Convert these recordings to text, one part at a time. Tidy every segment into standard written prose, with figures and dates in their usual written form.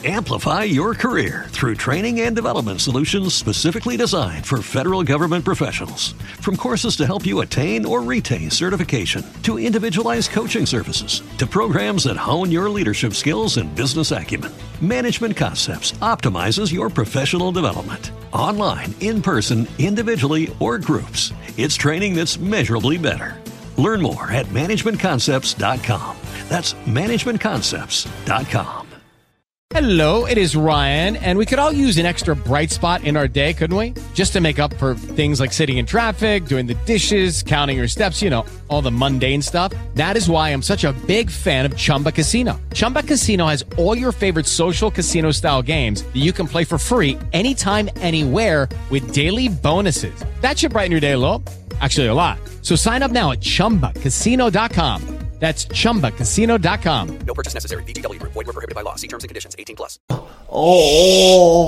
Amplify your career through training and development solutions specifically designed for federal government professionals. From courses to help you attain or retain certification, to individualized coaching services, to programs that hone your leadership skills and business acumen, Management Concepts optimizes your professional development. Online, in person, individually, or groups, it's training that's measurably better. Learn more at managementconcepts.com. That's managementconcepts.com. Hello, it is Ryan, and we could all use an extra bright spot in our day, couldn't we? Just to make up for things like sitting in traffic, doing the dishes, counting your steps, all the mundane stuff. That is why I'm such a big fan of Chumba Casino. Chumba Casino has all your favorite social casino-style games that you can play for free anytime, anywhere with daily bonuses. That should brighten your day a little. Actually, a lot. So sign up now at ChumbaCasino.com. That's ChumbaCasino.com. No purchase necessary. VGW Group. Void where prohibited by law. See terms and conditions. 18+. Oh.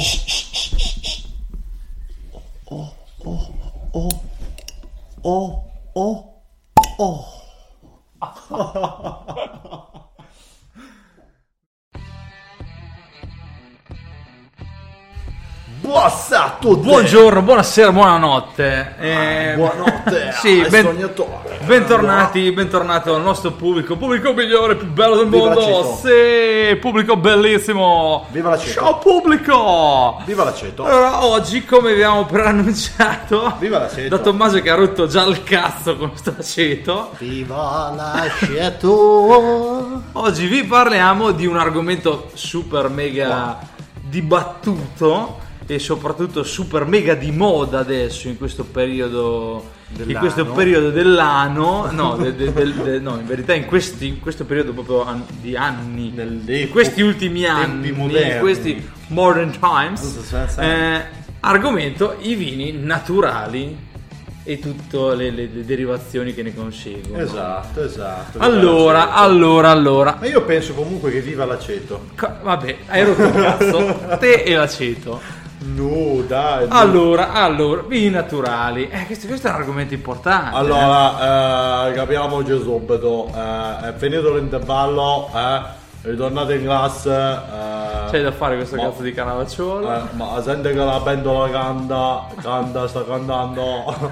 Buonasera a tutti. Buongiorno, buonasera, buonanotte. Buonanotte sì, sognatore. Bentornato al nostro pubblico migliore, più bello del Viva mondo. l'aceto. Sì, pubblico bellissimo. Viva l'aceto. Ciao pubblico. Viva l'aceto. Allora, oggi, come abbiamo preannunciato, Viva l'aceto. da Tommaso che ha rotto già il cazzo con sto aceto, Viva l'aceto. oggi vi parliamo di un argomento super mega dibattuto e soprattutto super mega di moda adesso in questo periodo dell'anno, no, no, in verità in questo periodo proprio di anni, in questi ultimi anni, in questi modern times, argomento i vini naturali e tutte le derivazioni che ne conseguono. Esatto. Allora. Ma io penso comunque che viva l'aceto. Vabbè, hai rotto il cazzo, te e l'aceto. No, dai. Allora, vini naturali. Questo è un argomento importante. Allora, capiamo già subito. È finito l'intervallo, ritornate in classe. C'hai da fare questo cazzo di Cannavacciuolo. Ma sente che la pentola canta, sta cantando.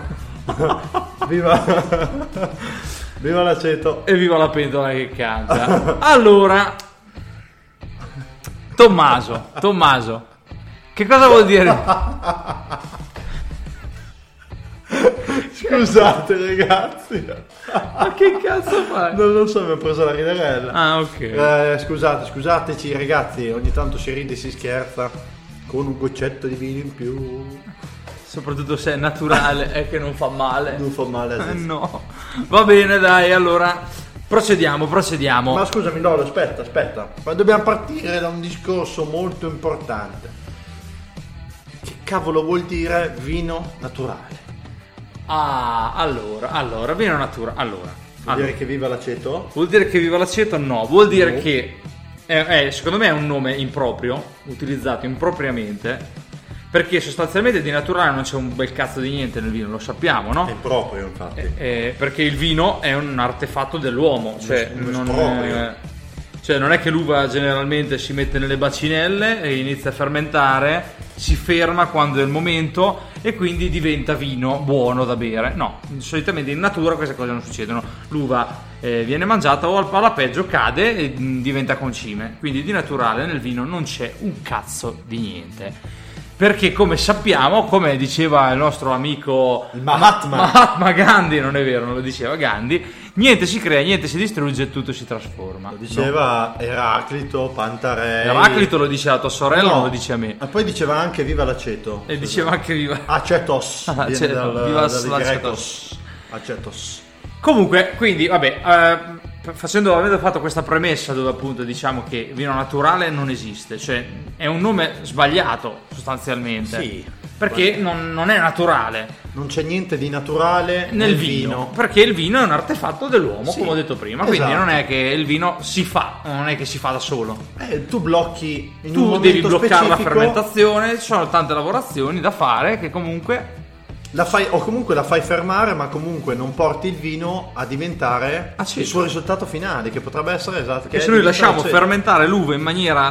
Viva l'aceto. E viva la pentola che canta. Allora, Tommaso, che cosa vuol dire? Scusate ragazzi. Ma che cazzo fai? Non lo so, mi ha preso la riderella. Ah, ok. Scusateci ragazzi, ogni tanto si ride e si scherza con un goccetto di vino in più. Soprattutto se è naturale e che non fa male. Non fa male. No. Va bene, dai, allora procediamo. Ma scusami Lolo, aspetta. Ma dobbiamo partire da un discorso molto importante. Che cavolo vuol dire vino naturale? Ah, allora, vino naturale. Allora. Dire che viva l'aceto? Vuol dire che viva l'aceto? No, vuol dire che secondo me è un nome improprio, utilizzato impropriamente, perché sostanzialmente di naturale non c'è un bel cazzo di niente nel vino, lo sappiamo, no? È proprio, infatti. Perché il vino è un artefatto dell'uomo, cioè non è che l'uva generalmente si mette nelle bacinelle e inizia a fermentare, si ferma quando è il momento e quindi diventa vino buono da bere. No, solitamente in natura queste cose non succedono. L'uva viene mangiata o alla peggio cade e diventa concime. Quindi di naturale nel vino non c'è un cazzo di niente. Perché come sappiamo, come diceva il nostro amico Mahatma Gandhi, non è vero, non lo diceva Gandhi, niente si crea, niente si distrugge, tutto si trasforma. Lo diceva Eraclito, Pantarei. Eraclito lo dice a tua sorella, non lo dice a me. Ma poi diceva anche viva l'aceto. E diceva anche viva Acetos. Viva l'acetos. Acetos. Comunque, quindi, vabbè, avendo fatto questa premessa dove appunto diciamo che vino naturale non esiste, cioè è un nome sbagliato sostanzialmente. Sì. Perché non è naturale. Non c'è niente di naturale nel vino. Perché il vino è un artefatto dell'uomo, sì, come ho detto prima. esatto. Quindi non è che il vino si fa, non è che si fa da solo. Tu blocchi in un Tu momento devi bloccare la specifico, fermentazione, ci sono tante lavorazioni da fare che comunque la fai fermare, ma comunque non porti il vino a diventare il suo risultato finale, che potrebbe essere esatto. Che se noi lasciamo fermentare l'uva in maniera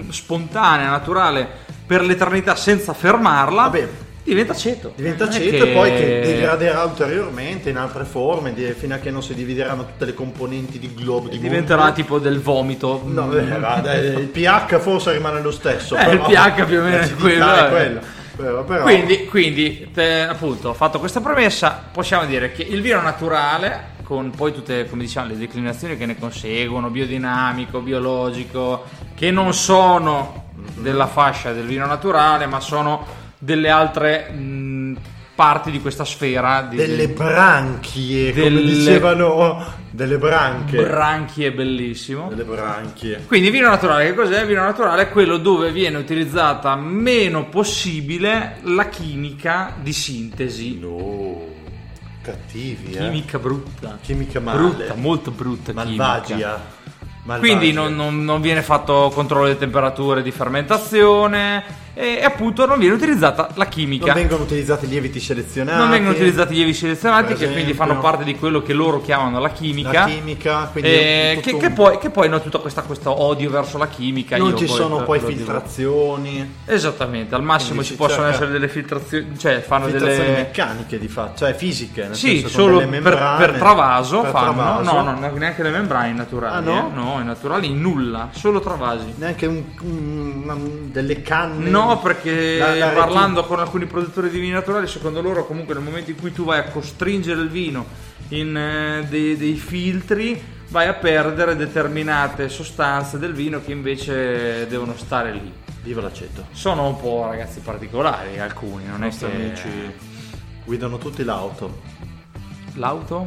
spontanea, naturale per l'eternità senza fermarla, Vabbè, diventa aceto. diventa Non è aceto che- e poi che degraderà ulteriormente in altre forme fino a che non si divideranno tutte le componenti di globo di diventerà gonfio. tipo del vomito. No, guarda, il pH forse rimane lo stesso, Il pH più o meno è l'acidità quello, però. Quindi appunto, fatto questa premessa, possiamo dire che il vino naturale, con poi tutte, come diciamo, le declinazioni che ne conseguono, biodinamico, biologico, che non sono della fascia del vino naturale, ma sono delle altre parti di questa sfera delle branchie, come delle- dicevano, delle branche. branchie, bellissimo. Delle branchie. Quindi vino naturale, che cos'è? Vino naturale è quello dove viene utilizzata meno possibile la chimica di sintesi. No, cattivi, Chimica brutta. Chimica male. Brutta, molto brutta Malvagia. Quindi non viene fatto controllo di temperature di fermentazione e appunto non viene utilizzata la chimica. Non vengono utilizzati lieviti selezionati. Non vengono utilizzati lievi selezionati, Per che quindi esempio. fanno parte di quello che loro chiamano la chimica. La chimica, quindi è tutto Che poi hanno tutto questo odio verso la chimica. non io ci sono poi lo dico. filtrazioni. Esattamente, al massimo Quindi ci si possono cerca- essere delle filtrazioni, cioè fanno Filtrazioni delle meccaniche di fatto, cioè fisiche, nel sì, senso con solo delle per membrane, travaso per fanno. travaso. No, neanche le membrane naturali. Ah, no? No, i naturali nulla, solo travasi. Neanche delle canne. No, perché La parlando con alcuni produttori di vini naturali, secondo loro comunque nel momento in cui tu vai a costringere il vino in dei filtri, vai a perdere determinate sostanze del vino che invece devono stare lì. Viva l'aceto. Sono un po' ragazzi particolari alcuni, non I è che... nostri amici guidano tutti l'auto. L'auto?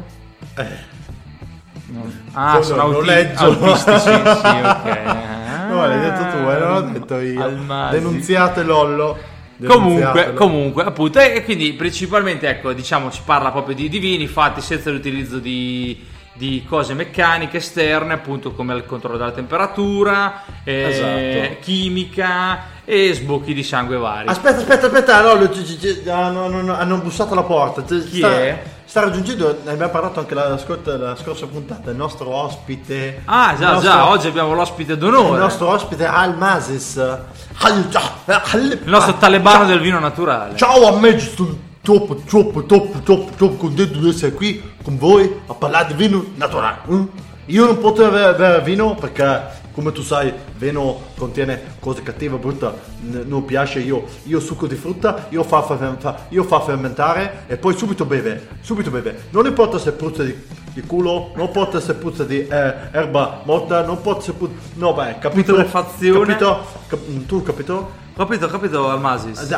Con sono noleggio. autistici, sì, ok. No, l'hai detto tu, non l'ho detto io. Almasi. Denunziate Lollo. Comunque, appunto, e quindi principalmente, ecco, diciamo, si parla proprio di vini fatti senza l'utilizzo di cose meccaniche esterne, appunto, come il controllo della temperatura, Esatto. chimica e sbocchi di sangue vari. Aspetta, Lollo, hanno bussato alla porta. Chi è? Sta raggiungendo, ne abbiamo parlato anche la scorsa puntata, il nostro ospite. Ah, il già, nostro- oggi abbiamo l'ospite Il d'onore, nostro ospite Almasis. il nostro talebano del vino naturale. Ciao a me, sono troppo contento di essere qui con voi a parlare di vino naturale. Io non potevo avere vino perché, come tu sai, vino contiene cose cattive, brutta, non piace. Io succo di frutta, io fa fermentare e poi subito beve. Non importa se puzza di culo, non importa se puzza di erba morta, non importa se puzza... No, beh, capito? Putrefazione. Tu capito? Capito, Almasis?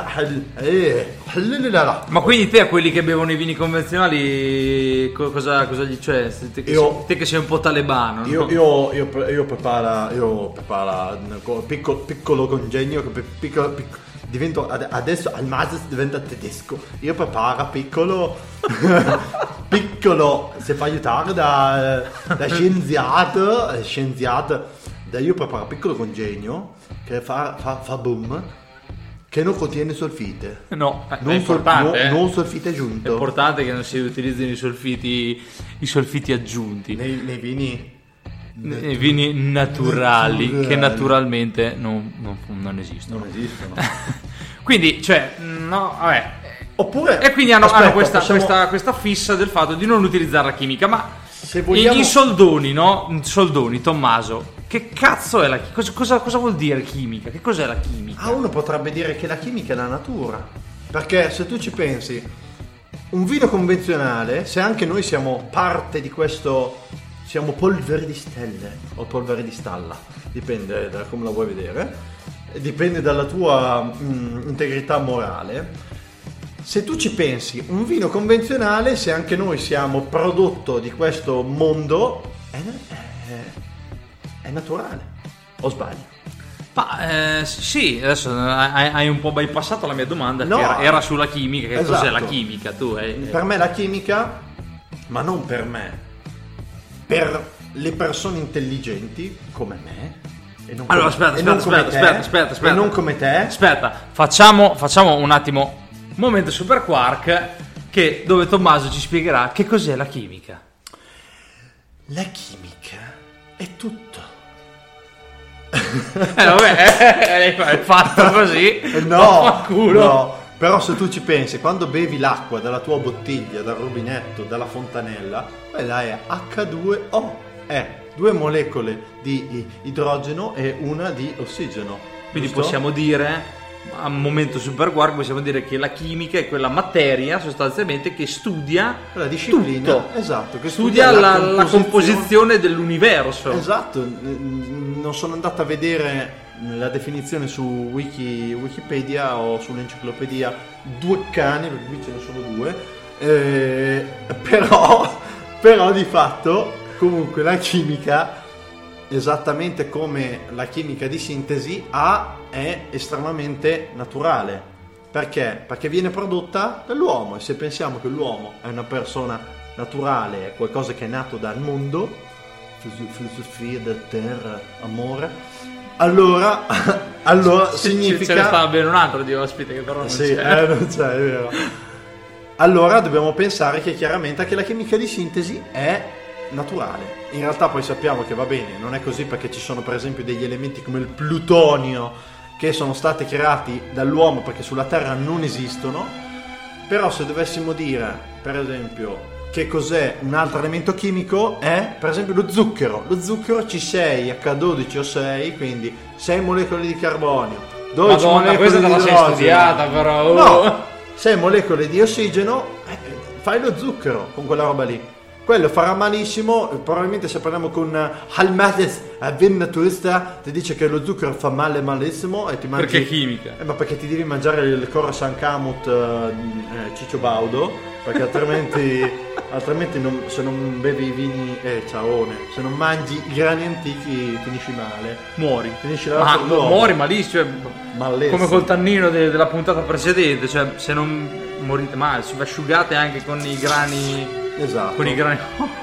Ma Ma quindi te a quelli che bevono i vini convenzionali cosa gli cioè te che sei un po' talebano, no? Io preparo piccolo congegno divento adesso Almasis diventa tedesco. Io preparo piccolo si fa aiutare da scienziato io preparo piccolo congegno che fa boom, che non contiene solfite. No, è Non importante, non solfite È aggiunto importante che non si utilizzino i solfiti aggiunti nei vini. nei vini naturali, Naturali. che naturalmente non esistono. Non esistono. Quindi, cioè, no, vabbè. Oppure E quindi hanno aspetta, questa fissa del fatto di non utilizzare la chimica, ma se vogliamo in soldoni, no? In soldoni, Tommaso, che cazzo è la chimica? Cosa vuol dire chimica? Che cos'è la chimica? uno potrebbe dire che la chimica è la natura, perché se tu ci pensi, un vino convenzionale, se anche noi siamo parte di questo, siamo polvere di stelle o polvere di stalla, dipende da come la vuoi vedere, dipende dalla tua integrità morale. Se tu ci pensi, un vino convenzionale, se anche noi siamo prodotto di questo mondo, è naturale, o sbaglio? Ma sì, adesso hai un po' bypassato la mia domanda, No. che era sulla chimica. Che Esatto. cos'è la chimica? Tu Per me la chimica, ma non per me, per le persone intelligenti come me. E non Allora, come- aspetta, e non aspetta, come aspetta. te, E non come te. Aspetta, facciamo un attimo momento Super Quark, dove Tommaso ci spiegherà che cos'è la chimica. La chimica è tutto. Vabbè, è fatto così. Vaffanculo. No, però se tu ci pensi, quando bevi l'acqua dalla tua bottiglia, dal rubinetto, dalla fontanella, quella è H2O, è 2 molecole di idrogeno e una di ossigeno. Quindi giusto? possiamo dire, a un momento super quark, possiamo dire che la chimica è quella materia sostanzialmente che studia la disciplina, tutto. Esatto, che studia la composizione dell'universo. Esatto, non sono andato a vedere la definizione su Wikipedia o sull'enciclopedia 2 cani, perché qui ce ne sono 2, però di fatto comunque la chimica, esattamente come la chimica di sintesi, è estremamente naturale. Perché? Perché viene prodotta dall'uomo, e se pensiamo che l'uomo è una persona naturale, è qualcosa che è nato dal mondo, filosofia del terra, amore, allora significa... Ce ne stava bene un altro di ospite che però non c'è. Non c'è, è vero. Allora dobbiamo pensare che chiaramente anche la chimica di sintesi è naturale. In realtà poi sappiamo che va bene, non è così, perché ci sono per esempio degli elementi come il plutonio che sono stati creati dall'uomo perché sulla Terra non esistono. Però se dovessimo dire per esempio che cos'è un altro elemento chimico, è per esempio lo zucchero C6H12O6, quindi 6 molecole di carbonio, 12 Madonna, molecole questa di te la sei idrogeno. studiata però. No, 6 molecole di ossigeno, fai lo zucchero con quella roba lì. Quello farà malissimo. Probabilmente se parliamo con Halmates, Vin naturista, ti dice che lo zucchero fa malissimo e ti mangi... Perché è chimica. Ma perché ti devi mangiare il Khorasan Kamut Ciccio Baudo, perché altrimenti se non bevi i vini ciaone, se non mangi i grani antichi finisci male. Muori. Finisci la muori malissimo, malissimo. come col tannino della puntata precedente, cioè se non morite male, se vi asciugate anche con i grani. Esatto. Con i grani.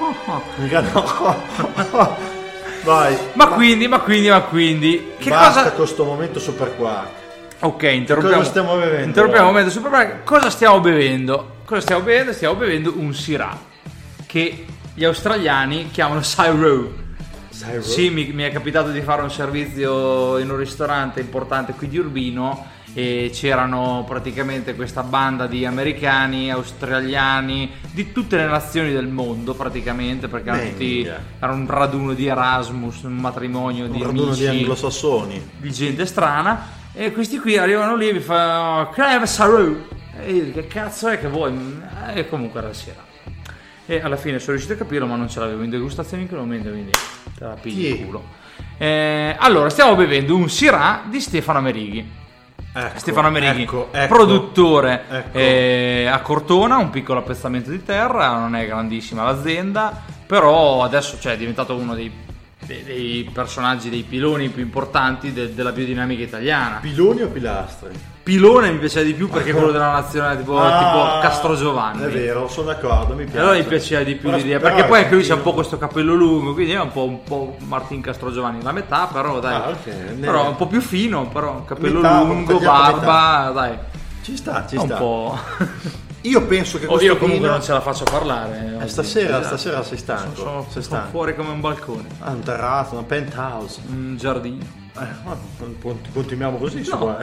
Vai. Ma quindi che basta cosa? con sto momento super quark. Ok, interrompiamo. Cosa stiamo bevendo? Interrompiamo il momento super quark. Cosa stiamo bevendo? Stiamo bevendo un Syrah che gli australiani chiamano Cyrah. Sì, mi è capitato di fare un servizio in un ristorante importante qui di Urbino e c'erano praticamente questa banda di americani, australiani, di tutte le nazioni del mondo praticamente, perché era un raduno di Erasmus, un matrimonio di raduno amici, di anglosassoni, di gente strana, e questi qui arrivano lì e mi fanno Crave Saru, e io dico, che cazzo è che vuoi? E comunque era sera. E alla fine sono riuscito a capirlo, ma non ce l'avevo in degustazione in quel momento, quindi te la pigli il culo. Allora, stiamo bevendo un Syrah di Stefano Amerighi. Stefano Amerighi, produttore a Cortona, un piccolo appezzamento di terra, non è grandissima l'azienda, però adesso è diventato uno dei personaggi, dei piloni più importanti della biodinamica italiana. Piloni o pilastri? Pilone mi piaceva di più perché è quello della nazionale tipo Castrogiovanni. È vero, sono d'accordo, mi piace. Allora mi piaceva di più l'idea, perché poi anche lui c'ha un po' questo capello lungo, quindi è un po' Martin Castrogiovanni, la metà, però dai. Però un po' più fino, però capello lungo, barba, dai. Ci sta. Un po'. Io penso che questo io comunque non ce la faccio parlare. Stasera sei stanco. Sono fuori come un balcone. Un terrazzo, un penthouse, un giardino. Continuiamo così. No.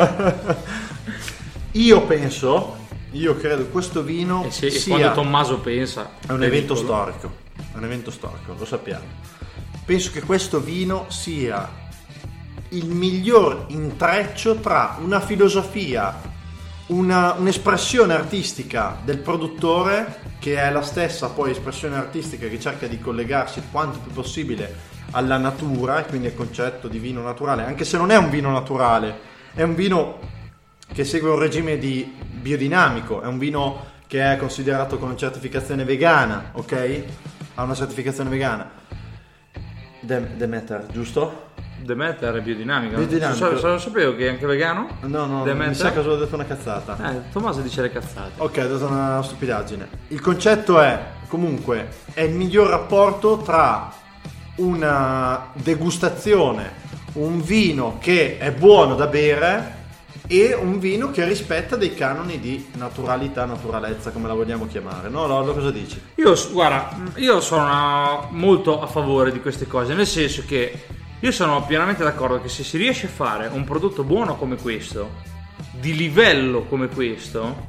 Io credo che questo vino sia, quando Tommaso pensa, è un evento storico. È un evento storico, lo sappiamo. Penso che questo vino sia il miglior intreccio tra una filosofia, un'espressione artistica del produttore, che è la stessa poi espressione artistica che cerca di collegarsi quanto più possibile alla natura, e quindi al concetto di vino naturale, anche se non è un vino naturale, è un vino che segue un regime di biodinamico, è un vino che è considerato con certificazione vegana, ok? Ha una certificazione vegana. Demeter, giusto? Demeter è biodinamica. Biodinamico. Sapevo che è anche vegano? No, Demeter? mi sa che ho detto una cazzata. Tommaso dice le cazzate. Ok, ho detto una stupidaggine. Il concetto è, comunque, è il miglior rapporto tra una degustazione, un vino che è buono da bere e un vino che rispetta dei canoni di naturalità, naturalezza, come la vogliamo chiamare. No, Lollo, cosa dici? Io sono molto a favore di queste cose, nel senso che Io sono pienamente d'accordo che se si riesce a fare un prodotto buono come questo, di livello come questo,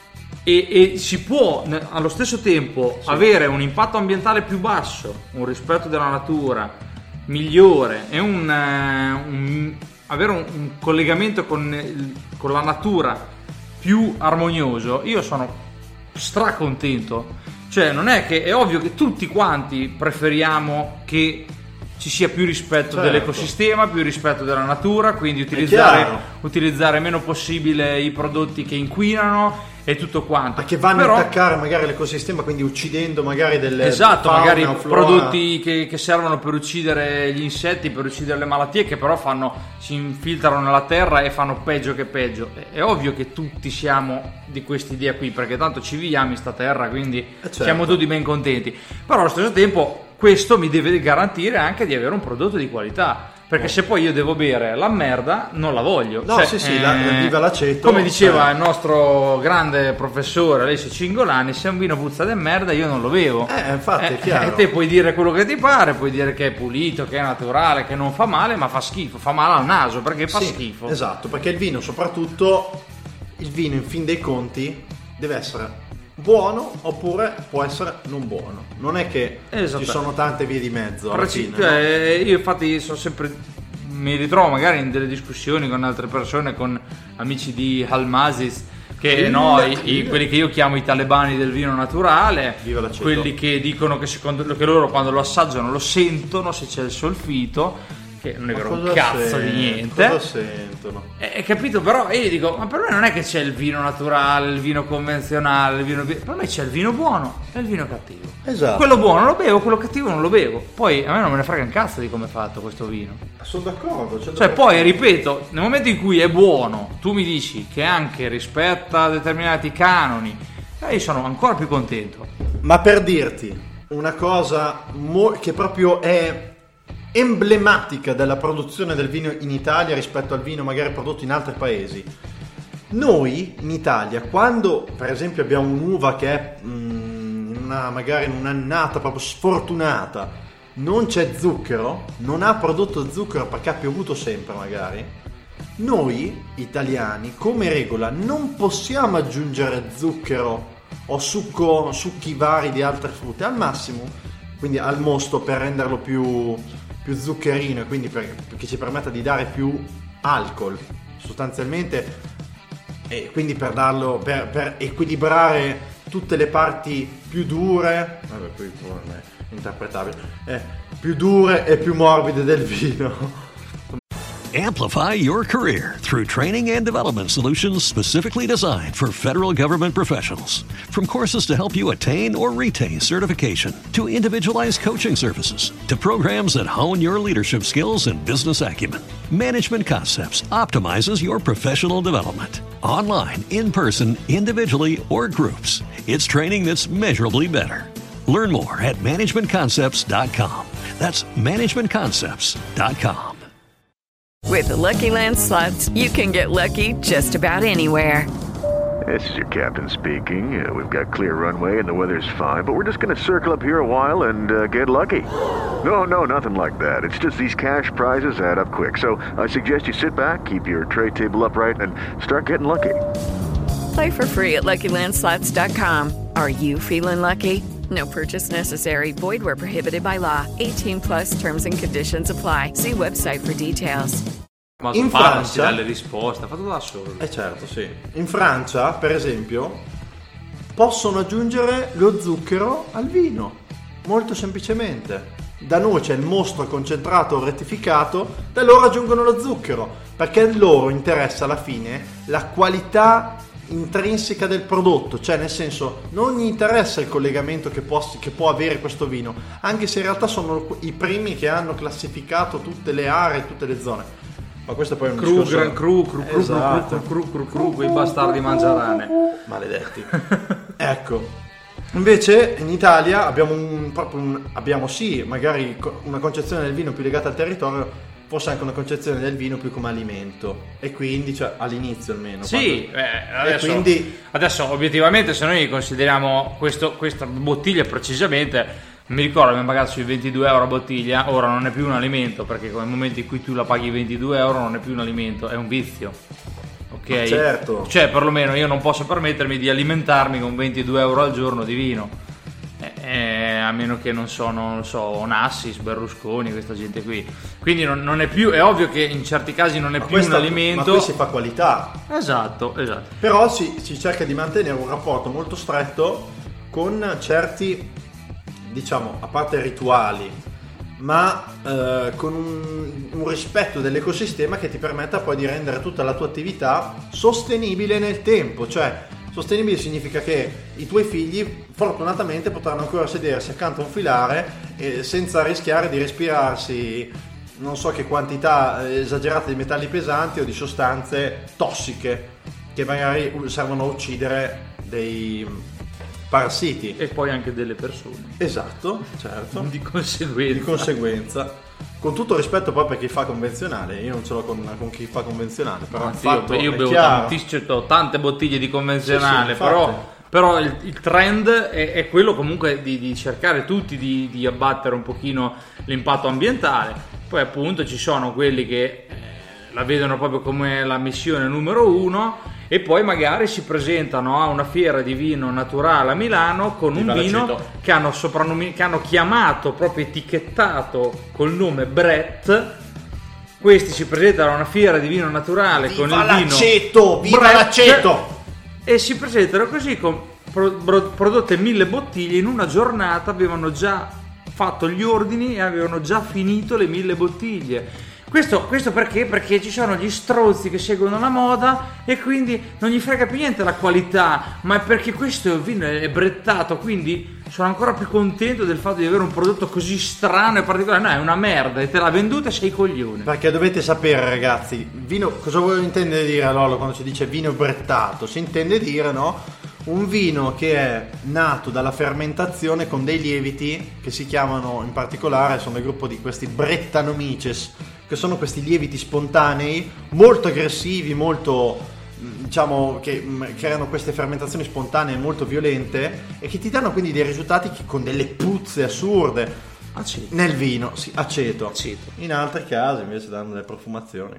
e si può allo stesso tempo avere un impatto ambientale più basso, un rispetto della natura migliore e avere un collegamento con la natura più armonioso, io sono stracontento. Cioè, non è che è ovvio che tutti quanti preferiamo che ci sia più rispetto dell'ecosistema, più rispetto della natura, quindi utilizzare meno possibile i prodotti che inquinano e tutto quanto. Ma che vanno a attaccare magari l'ecosistema, quindi uccidendo magari delle fauna, magari flora. Prodotti che servono per uccidere gli insetti, per uccidere le malattie, che però si infiltrano nella terra e fanno peggio che peggio. È ovvio che tutti siamo di questa idea qui, perché tanto ci viviamo in sta terra, quindi siamo tutti ben contenti. Però allo stesso tempo questo mi deve garantire anche di avere un prodotto di qualità, perché se poi io devo bere la merda non la voglio. No, viva l'aceto. Come diceva il nostro grande professore Alessio Cingolani, se un vino puzza di merda io non lo bevo. Infatti è chiaro. E te puoi dire quello che ti pare, puoi dire che è pulito, che è naturale, che non fa male, ma fa schifo, fa male al naso perché fa schifo. Esatto, perché il vino, soprattutto il vino in fin dei conti deve essere buono oppure può essere non buono. Non è che ci sono tante vie di mezzo alla fine, no? Io infatti mi ritrovo magari in delle discussioni con altre persone, con amici di Almazis, che quelli che io chiamo i talebani del vino naturale, quelli che dicono che che loro quando lo assaggiano lo sentono se c'è il solfito, che non è vero un cazzo di niente. Cosa sentono? Capito? Però io dico, ma per me non è che c'è il vino naturale, il vino convenzionale, per me c'è il vino buono e il vino cattivo. Esatto. Quello buono lo bevo, quello cattivo non lo bevo. Poi a me non me ne frega un cazzo di come è fatto questo vino. Sono d'accordo. Cioè poi ripeto, nel momento in cui è buono, tu mi dici che anche rispetta determinati canoni, io sono ancora più contento. Ma per dirti una cosa che proprio è emblematica della produzione del vino in Italia rispetto al vino magari prodotto in altri paesi, noi in Italia, quando per esempio abbiamo un'uva che è magari in un'annata proprio sfortunata, non c'è zucchero, non ha prodotto zucchero perché ha piovuto sempre magari, noi italiani come regola non possiamo aggiungere zucchero o succhi vari di altre frutte, al massimo, quindi al mosto, per renderlo più zuccherino e quindi perché ci permetta di dare più alcol sostanzialmente, e quindi per equilibrare tutte le parti più dure, qui non è interpretabile, più dure e più morbide del vino. Amplify your career through training and development solutions specifically designed for federal government professionals. From courses to help you attain or retain certification, to individualized coaching services, to programs that hone your leadership skills and business acumen, Management Concepts optimizes your professional development. Online, in person, individually, or groups, it's training that's measurably better. Learn more at managementconcepts.com. That's managementconcepts.com. With the Lucky Land Slots, you can get lucky just about anywhere. This is your captain speaking. We've got clear runway and the weather's fine, but we're just going to circle up here a while and get lucky. No, nothing like that. It's just these cash prizes add up quick. So I suggest you sit back, keep your tray table upright, and start getting lucky. Play for free at LuckyLandSlots.com. Are you feeling lucky? No purchase necessary. Void where prohibited by law. 18 plus terms and conditions apply. See website for details. Ma in Francia dalle risposte, ha fatto da solo. Certo, sì. In Francia, per esempio, possono aggiungere lo zucchero al vino. Molto semplicemente. Da noi c'è il mosto concentrato o rettificato, da loro aggiungono lo zucchero, perché a loro interessa alla fine la qualità intrinseca del prodotto, cioè nel senso non gli interessa il collegamento che può avere questo vino, anche se in realtà sono i primi che hanno classificato tutte le aree, tutte le zone. Ma questo poi è un discorso... Gran cru, quei bastardi mangiarane. Maledetti. Ecco. Invece in Italia abbiamo abbiamo sì, magari una concezione del vino più legata al territorio, forse anche una concezione del vino più come alimento, e quindi, cioè all'inizio almeno. Sì, adesso obiettivamente se noi consideriamo questa bottiglia precisamente, Mi ricordo abbiamo pagato sui 22 euro a bottiglia, ora non è più un alimento, perché nel momento in cui tu la paghi 22 euro non è più un alimento, è un vizio. Ok? Certo. Cioè perlomeno io non posso permettermi di alimentarmi con 22 euro al giorno di vino. A meno che non so, Onassis, Berlusconi, questa gente qui. Quindi non è più, è ovvio che in certi casi non è più un alimento. Ma qui si fa qualità. Esatto. Però si cerca di mantenere un rapporto molto stretto con certi, diciamo, a parte rituali, ma con un rispetto dell'ecosistema che ti permetta poi di rendere tutta la tua attività sostenibile nel tempo. Cioè, sostenibile significa che i tuoi figli fortunatamente potranno ancora sedersi accanto a un filare senza rischiare di respirarsi non so che quantità esagerate di metalli pesanti o di sostanze tossiche che magari servono a uccidere dei parassiti. E poi anche delle persone. Esatto, certo. Di conseguenza. Con tutto rispetto poi per chi fa convenzionale, io non ce l'ho con chi fa convenzionale, però Anzi, il fatto io è bevo chiaro. tante bottiglie di convenzionale, Sì, però il trend è quello comunque di cercare tutti di abbattere un pochino l'impatto ambientale. Poi appunto ci sono quelli che la vedono proprio come la missione numero 1 e poi magari si presentano a una fiera di vino naturale a Milano con un vino che hanno chiamato, proprio etichettato col nome Brett. Questi si presentano a una fiera di vino naturale con il vino Viva l'aceto! E si presentano così con prodotte 1000 bottiglie. In una giornata avevano già fatto gli ordini e avevano già finito le 1000 bottiglie. Questo perché? Perché ci sono gli strozzi che seguono la moda e quindi non gli frega più niente la qualità, ma è perché questo vino è brettato, quindi sono ancora più contento del fatto di avere un prodotto così strano e particolare. No, è una merda e te l'ha venduta e sei coglione. Perché dovete sapere, ragazzi, vino, cosa vuole intendere dire Lollo quando si dice vino brettato? Si intende dire, no? Un vino che è nato dalla fermentazione con dei lieviti che si chiamano, in particolare sono il gruppo di questi Brettanomyces, che sono questi lieviti spontanei molto aggressivi, molto, diciamo, che creano queste fermentazioni spontanee molto violente e che ti danno quindi dei risultati con delle puzze assurde. Aceto. Nel vino, sì, aceto. In altri casi invece danno delle profumazioni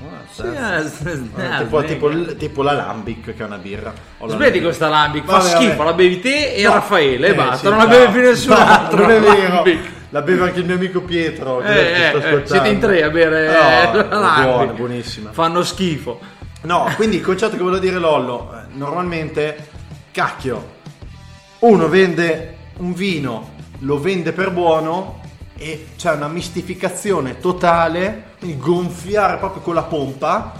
che tipo la Lambic, che è una birra. Smetti questa Lambic, fa schifo, la bevi te e Raffaele e basta, sì, non la beve più nessun altro. Non è vero, la beve anche il mio amico Pietro che sta ascoltando. Siete in 3 a bere la Lambic. Buonissima. Fanno schifo. No, quindi il concetto che volevo dire Lollo, normalmente, cacchio, uno vende un vino, lo vende per buono e c'è una mistificazione totale, quindi gonfiare proprio con la pompa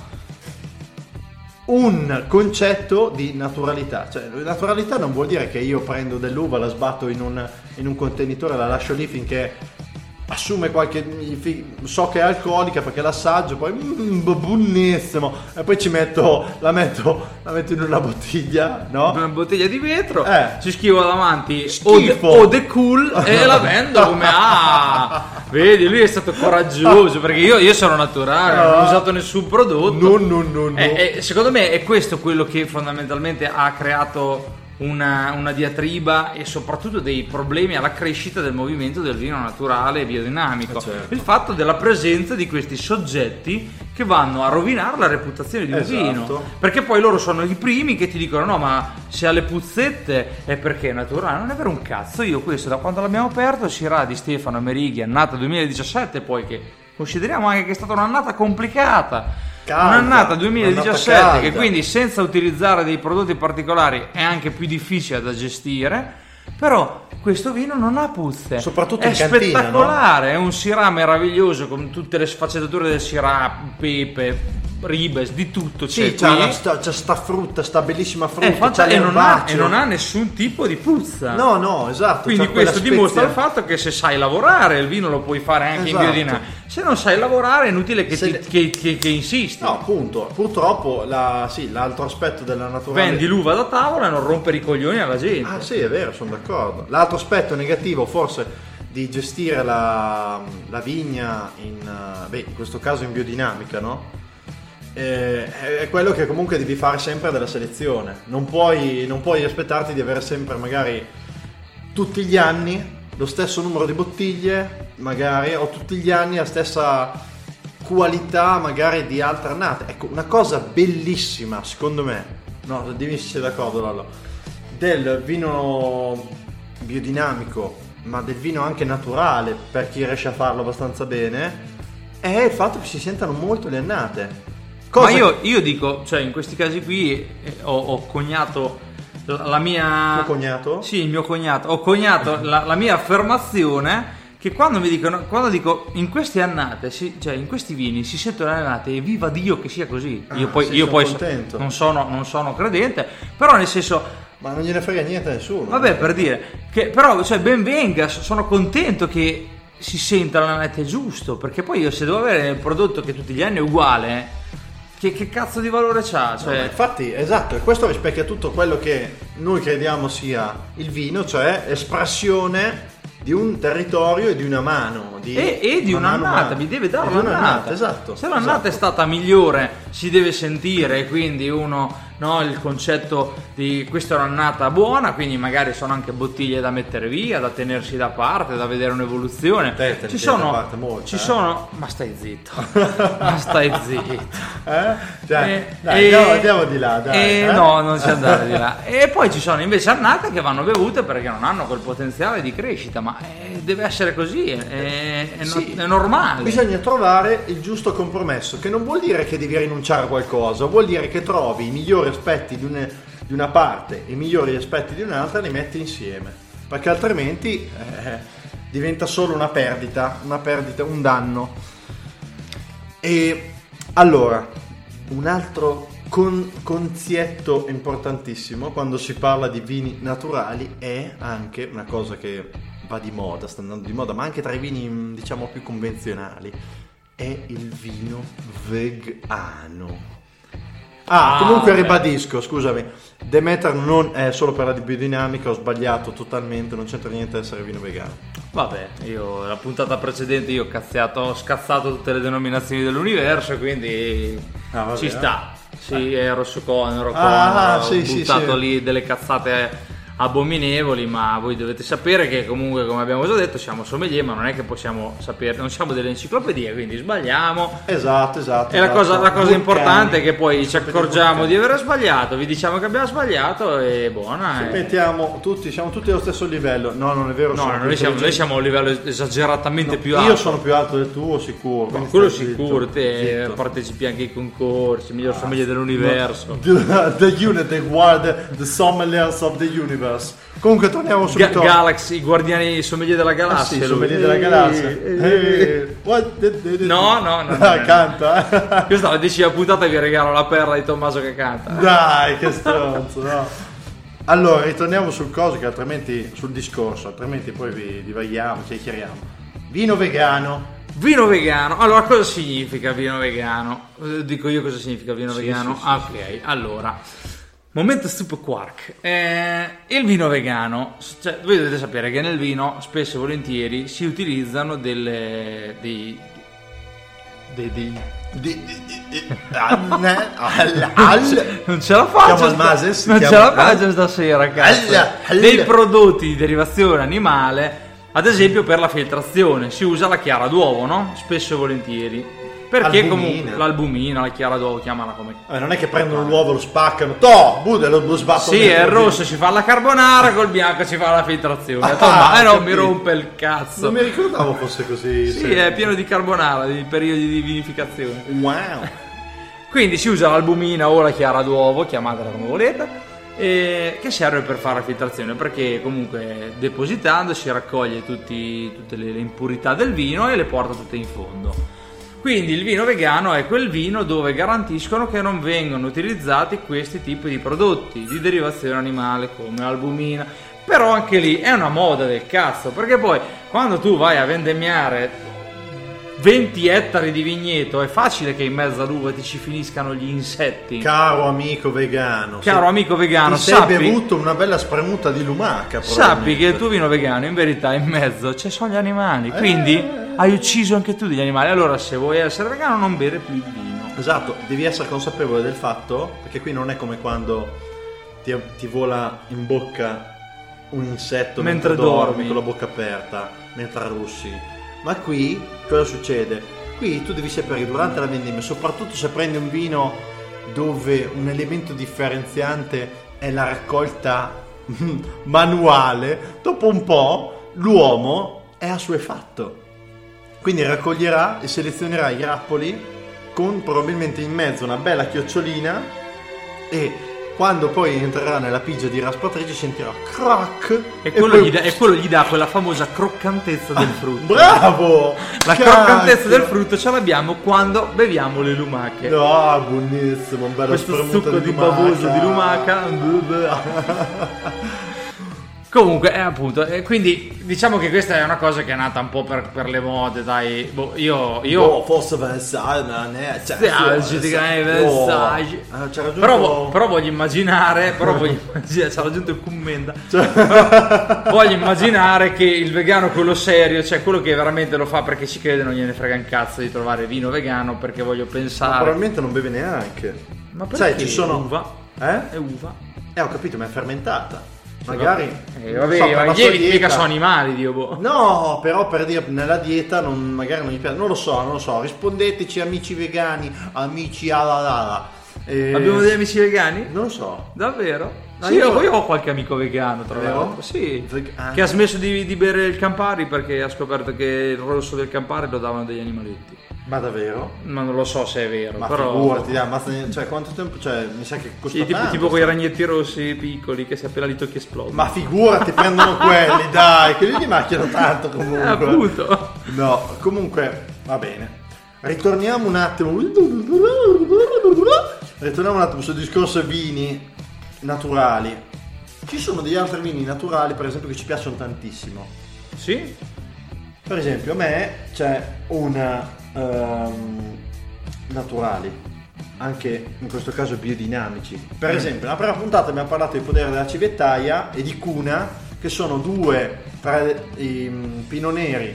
un concetto di naturalità. Cioè, naturalità non vuol dire che io prendo dell'uva, la sbatto in un contenitore, la lascio lì finché assume qualche, so che è alcolica perché l'assaggio, poi buonissimo, e poi la metto in una bottiglia, no? Una bottiglia di vetro, ci scrivo davanti Schifo. o the cool e la vendo come vedi, lui è stato coraggioso perché io sono naturale, non ho usato nessun prodotto. No. Secondo me è questo quello che fondamentalmente ha creato una diatriba e soprattutto dei problemi alla crescita del movimento del vino naturale e biodinamico. Certo. Il fatto della presenza di questi soggetti che vanno a rovinare la reputazione di un vino, perché poi loro sono i primi che ti dicono no, ma se ha le puzzette è perché è naturale. Non è vero un cazzo. Io questo da quando l'abbiamo aperto, Syrah di Stefano Merighi, annata 2017, poi che consideriamo anche che è stata un'annata complicata, un'annata 2017 che quindi senza utilizzare dei prodotti particolari è anche più difficile da gestire, però questo vino non ha puzze, soprattutto è in cantina, spettacolare, no? È un Syrah meraviglioso con tutte le sfaccettature del Syrah, pepe, ribes, di tutto c'è sta frutta, sta bellissima frutta, e non ha nessun tipo di puzza. No, esatto. Quindi questo dimostra il fatto che se sai lavorare il vino lo puoi fare anche in biodinamica. Se non sai lavorare è inutile che insisti. No, appunto. Purtroppo l'altro aspetto della naturale, vendi l'uva da tavola e non rompere i coglioni alla gente. Ah sì, è vero, sono d'accordo. L'altro aspetto negativo forse di gestire la vigna in questo caso in biodinamica, no? È quello che comunque devi fare sempre della selezione. Non puoi aspettarti di avere sempre magari tutti gli anni lo stesso numero di bottiglie, magari, o tutti gli anni la stessa qualità magari di altre annate. Ecco, una cosa bellissima, secondo me, no, dimmi se sei d'accordo, Lollo, del vino biodinamico, ma del vino anche naturale, per chi riesce a farlo abbastanza bene, è il fatto che si sentano molto le annate. Ma io dico, cioè in questi casi qui ho coniato la mia... Tuo cognato? Sì, il mio cognato. Ho coniato la mia affermazione che quando dico in queste annate, cioè in questi vini si sentono le annate e viva Dio che sia così. Io poi non sono credente, però nel senso... Ma non gliene frega niente a nessuno. Vabbè, per dire, che però cioè, ben venga, sono contento che si senta l'annate giusto, perché poi io se devo avere il prodotto che tutti gli anni è uguale... Che cazzo di valore c'ha? Cioè... No, infatti, esatto, e questo rispecchia tutto quello che noi crediamo sia il vino, cioè espressione di un territorio e di una mano. E di un'annata, mi deve dare un'annata. Esatto. Se l'annata è stata migliore, si deve sentire, quindi uno... No, il concetto di questa è un'annata buona, quindi magari sono anche bottiglie da mettere via, da tenersi da parte, da vedere un'evoluzione. Ci sono, ma stai zitto, Dai, andiamo di là, dai. No, non si andare di là. E poi ci sono invece annate che vanno bevute perché non hanno quel potenziale di crescita, ma deve essere così, è normale. Bisogna trovare il giusto compromesso, che non vuol dire che devi rinunciare a qualcosa, vuol dire che trovi i migliori aspetti di una parte e i migliori aspetti di un'altra, li metti insieme, perché altrimenti diventa solo una perdita, un danno. E allora, un altro conzietto importantissimo quando si parla di vini naturali è anche una cosa che va di moda, sta andando di moda, ma anche tra i vini diciamo più convenzionali, è il vino vegano. Comunque ribadisco, scusami, Demeter non è solo per la biodinamica, ho sbagliato totalmente, non c'entra niente ad essere vino vegano. Vabbè, io la puntata precedente ho scazzato tutte le denominazioni dell'universo, quindi ci sta. Sì, ero su Conero, ho buttato lì delle cazzate abominevoli, ma voi dovete sapere che comunque, come abbiamo già detto, siamo sommelier, ma non è che possiamo sapere, non siamo delle enciclopedie, quindi sbagliamo. Esatto. E la cosa importante è che poi ci accorgiamo di aver sbagliato, vi diciamo che abbiamo sbagliato e buona. Siamo tutti allo stesso livello. No, non è vero. No, noi siamo a un livello esageratamente più alto. Io sono più alto del tuo, sicuro. No, quello sicuro, te partecipi anche ai concorsi, miglior sommelier dell'universo. The sommeliers of the universe. Comunque torniamo subito. Galaxy, i guardiani sommelier della galassia. Sì, sommelier della galassia. No. Canta. Questa è la 10ª puntata e vi regalo la perla di Tommaso che canta. Dai, che stronzo, no. Allora, ritorniamo sul sul discorso, altrimenti poi vi divaghiamo, chiacchieriamo. Vino vegano. Allora, cosa significa vino vegano? Dico io cosa significa vino vegano? Sì. Ok, allora, momento super quark. Il vino vegano, cioè, voi dovete sapere che nel vino spesso e volentieri si utilizzano non ce la faccio stasera, cazzo. Dei prodotti di derivazione animale. Ad esempio per la filtrazione si usa la chiara d'uovo, no? Spesso e volentieri. Perché comunque l'albumina, la chiara d'uovo, chiamala come... non è che prendono l'uovo, lo spaccano, lo sbattono. Sì, è il rosso si fa la carbonara, col bianco si fa la filtrazione. Mi rompe il cazzo. Non mi ricordavo fosse così. Sì, è pieno di carbonara, di periodi di vinificazione. Wow. Quindi si usa l'albumina o la chiara d'uovo, chiamatela come volete, che serve per fare la filtrazione, perché comunque depositando si raccoglie tutte le impurità del vino e le porta tutte in fondo. Quindi il vino vegano è quel vino dove garantiscono che non vengono utilizzati questi tipi di prodotti di derivazione animale come l'albumina. Però anche lì è una moda del cazzo, perché poi quando tu vai a vendemmiare 20 ettari di vigneto è facile che in mezzo all'uva ti ci finiscano gli insetti. Caro amico vegano, ti sei bevuto una bella spremuta di lumaca, sappi che il tuo vino vegano in verità in mezzo ci sono gli animali, quindi hai ucciso anche tu degli animali. Allora se vuoi essere vegano non bere più il vino. Esatto, devi essere consapevole del fatto, perché qui non è come quando ti vola in bocca un insetto Mentre dormi dormi. con la bocca aperta, mentre arrossi. Ma qui cosa succede? Qui tu devi sapere che durante la vendemmia, soprattutto se prendi un vino dove un elemento differenziante è la raccolta manuale, dopo un po' l'uomo è assuefatto. Quindi raccoglierà e selezionerà i grappoli con probabilmente in mezzo una bella chiocciolina, e quando poi entrerà nella pigia di raspatrice sentirà crack E quello, gli dà quella famosa croccantezza del frutto. Bravo! La Cacchio! croccantezza del frutto ce l'abbiamo quando beviamo le lumache. No, buonissimo, un bello Questo spremuto succo di bavoso di lumaca. Comunque, appunto, quindi diciamo che questa è una cosa che è nata un po' per le mode, dai. Boh, io forse Versailles, non è... c'ha raggiunto... però voglio immaginare, c'ha raggiunto il commenda. Voglio immaginare che il vegano, quello serio, cioè quello che veramente lo fa perché ci crede, non gliene frega un cazzo di trovare vino vegano, perché voglio pensare. Ma probabilmente non beve neanche. Ma perché? Sai, ci sono... uva. Eh? È uva. Ho capito, ma è fermentata. Magari vabbè, non so, per la i sua lieviti mica dieta- sono animali, Dio boh. No, però per dire nella dieta magari non gli piace. Non lo so. Rispondeteci, amici vegani, amici alalala. Abbiamo degli amici vegani? Non lo so. Davvero? No, Sì, io ho qualche amico vegano, tra Vero? l'altro. Sì. Ah. Che ha smesso di bere il Campari perché ha scoperto che il rosso del Campari lo davano degli animaletti. Ma davvero? Ma non lo so se è vero. Ma però figurati, cioè quanto tempo? Cioè, mi sa che costa Sì, tanto. tipo quei ragnetti rossi piccoli che se appena li tocchi esplodono. Ma figurati, prendono quelli, dai, che li macchiano tanto comunque. Appunto. No, comunque, va bene. Ritorniamo un attimo sul discorso vini naturali. Ci sono degli altri vini naturali, per esempio, che ci piacciono tantissimo. Sì? Per esempio, a me c'è una naturali, anche in questo caso biodinamici. Per esempio, nella prima puntata abbiamo parlato di Podere della Civettaia e di Cuna, che sono due tra i Pinot neri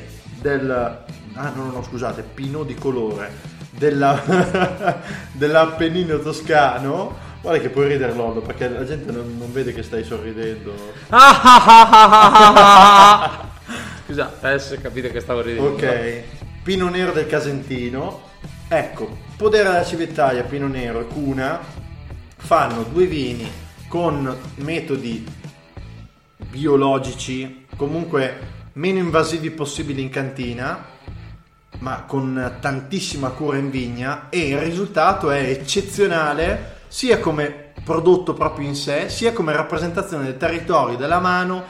Pinot di colore dell'Appennino toscano. Guarda che puoi ridere, Lollo, perché la gente non vede che stai sorridendo. Scusa, adesso capite che stavo ridendo. Ok, Pinot Nero del Casentino. Ecco, Podere della Civettaia, Pinot Nero e Cuna fanno due vini con metodi biologici, comunque meno invasivi possibili in cantina, ma con tantissima cura in vigna, e il risultato è eccezionale sia come prodotto proprio in sé, sia come rappresentazione del territorio, della mano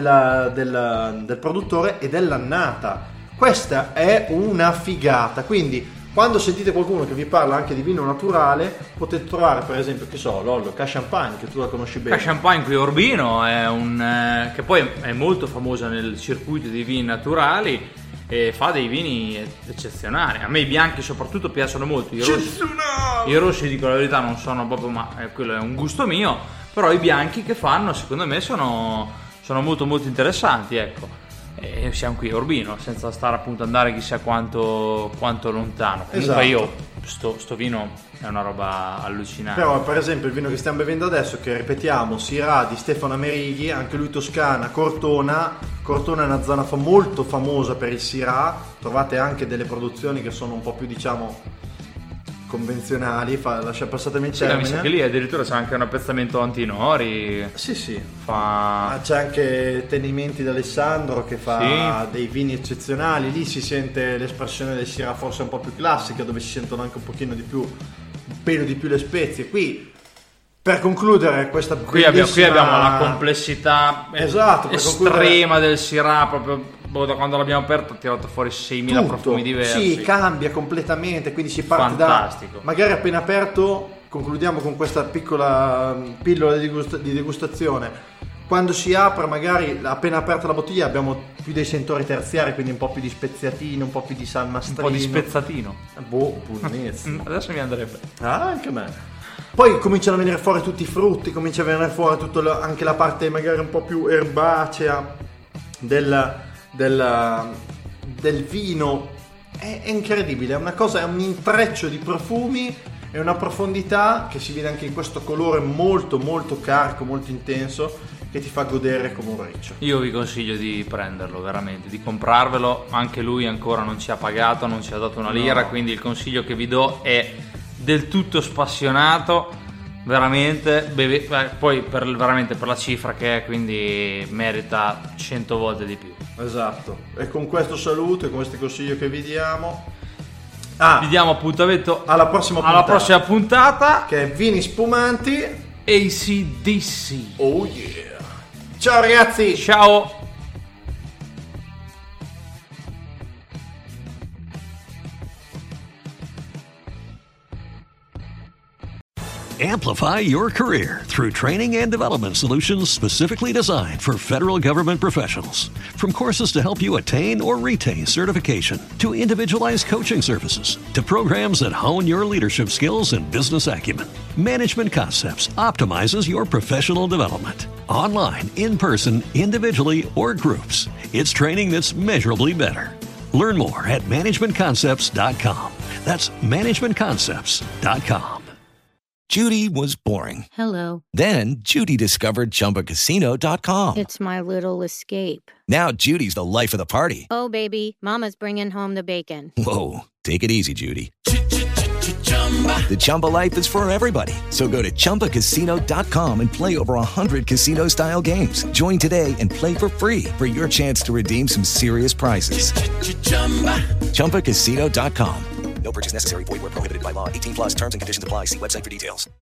del produttore e dell'annata. Questa è una figata. Quindi quando sentite qualcuno che vi parla anche di vino naturale, potete trovare, per esempio, che so, Lollo, Ca Champagne, che tu la conosci bene. Ca Champagne qui a Urbino è che poi è molto famosa nel circuito dei vini naturali e fa dei vini eccezionali. A me i bianchi soprattutto piacciono molto. I rossi, dico la verità, non sono proprio, ma quello è un gusto mio. Però i bianchi che fanno, secondo me, sono molto molto interessanti, ecco. E siamo qui a Urbino, senza stare appunto andare chissà quanto lontano. Comunque Esatto. io sto vino è una roba allucinante. Però per esempio il vino che stiamo bevendo adesso, che ripetiamo, Syrah di Stefano Amerighi, anche lui toscana, Cortona è una zona molto famosa per il Syrah. Trovate anche delle produzioni che sono un po' più, diciamo, convenzionali, lascia passatemi il Sì, mi termine. sa che lì addirittura c'è anche un appezzamento antinori. Sì. Fa... C'è anche Tenimenti d'Alessandro che fa dei vini eccezionali. Lì si sente l'espressione del Syrah forse un po' più classica, dove si sentono anche un pochino di più, un pelo di più le spezie. Qui, per concludere questa Qui abbiamo la complessità Esatto, estrema del Syrah, proprio da quando l'abbiamo aperto ha tirato fuori 6.000 profumi diversi. Sì, cambia completamente, quindi si parte Fantastico. magari appena aperto. Concludiamo con questa piccola pillola di degustazione. Quando si apre, magari appena aperta la bottiglia, abbiamo più dei sentori terziari, quindi un po' più di speziatino, un po' più di salmastrino, Un po' di spezzatino. Buonissimo. Adesso mi andrebbe. Anche a me. Poi cominciano a venire fuori tutti i frutti, comincia a venire fuori anche la parte magari un po' più erbacea del vino. È incredibile, è una cosa, è un intreccio di profumi e una profondità che si vede anche in questo colore molto molto carico, molto intenso, che ti fa godere come un riccio. Io vi consiglio di prenderlo veramente, di comprarvelo, anche lui ancora non ci ha pagato, non ci ha dato una lira, quindi il consiglio che vi do è del tutto spassionato, veramente, poi veramente per la cifra che è, quindi merita 100 volte di più. Esatto, e con questo saluto e con questo consiglio che vi diamo vi diamo appuntamento alla prossima puntata che è Vini Spumanti AC/DC. Oh yeah, ciao ragazzi, ciao. Amplify your career through training and development solutions specifically designed for federal government professionals. From courses to help you attain or retain certification, to individualized coaching services, to programs that hone your leadership skills and business acumen, Management Concepts optimizes your professional development. Online, in person, individually, or groups, it's training that's measurably better. Learn more at managementconcepts.com. That's managementconcepts.com. Judy was boring. Hello. Then Judy discovered ChumbaCasino.com. It's my little escape. Now Judy's the life of the party. Oh, baby, mama's bringing home the bacon. Whoa, take it easy, Judy. The Chumba life is for everybody. So go to ChumbaCasino.com and play over 100 casino-style games. Join today and play for free for your chance to redeem some serious prizes. ChumbaCasino.com. No purchase necessary. Void where prohibited by law. 18 plus terms and conditions apply. See website for details.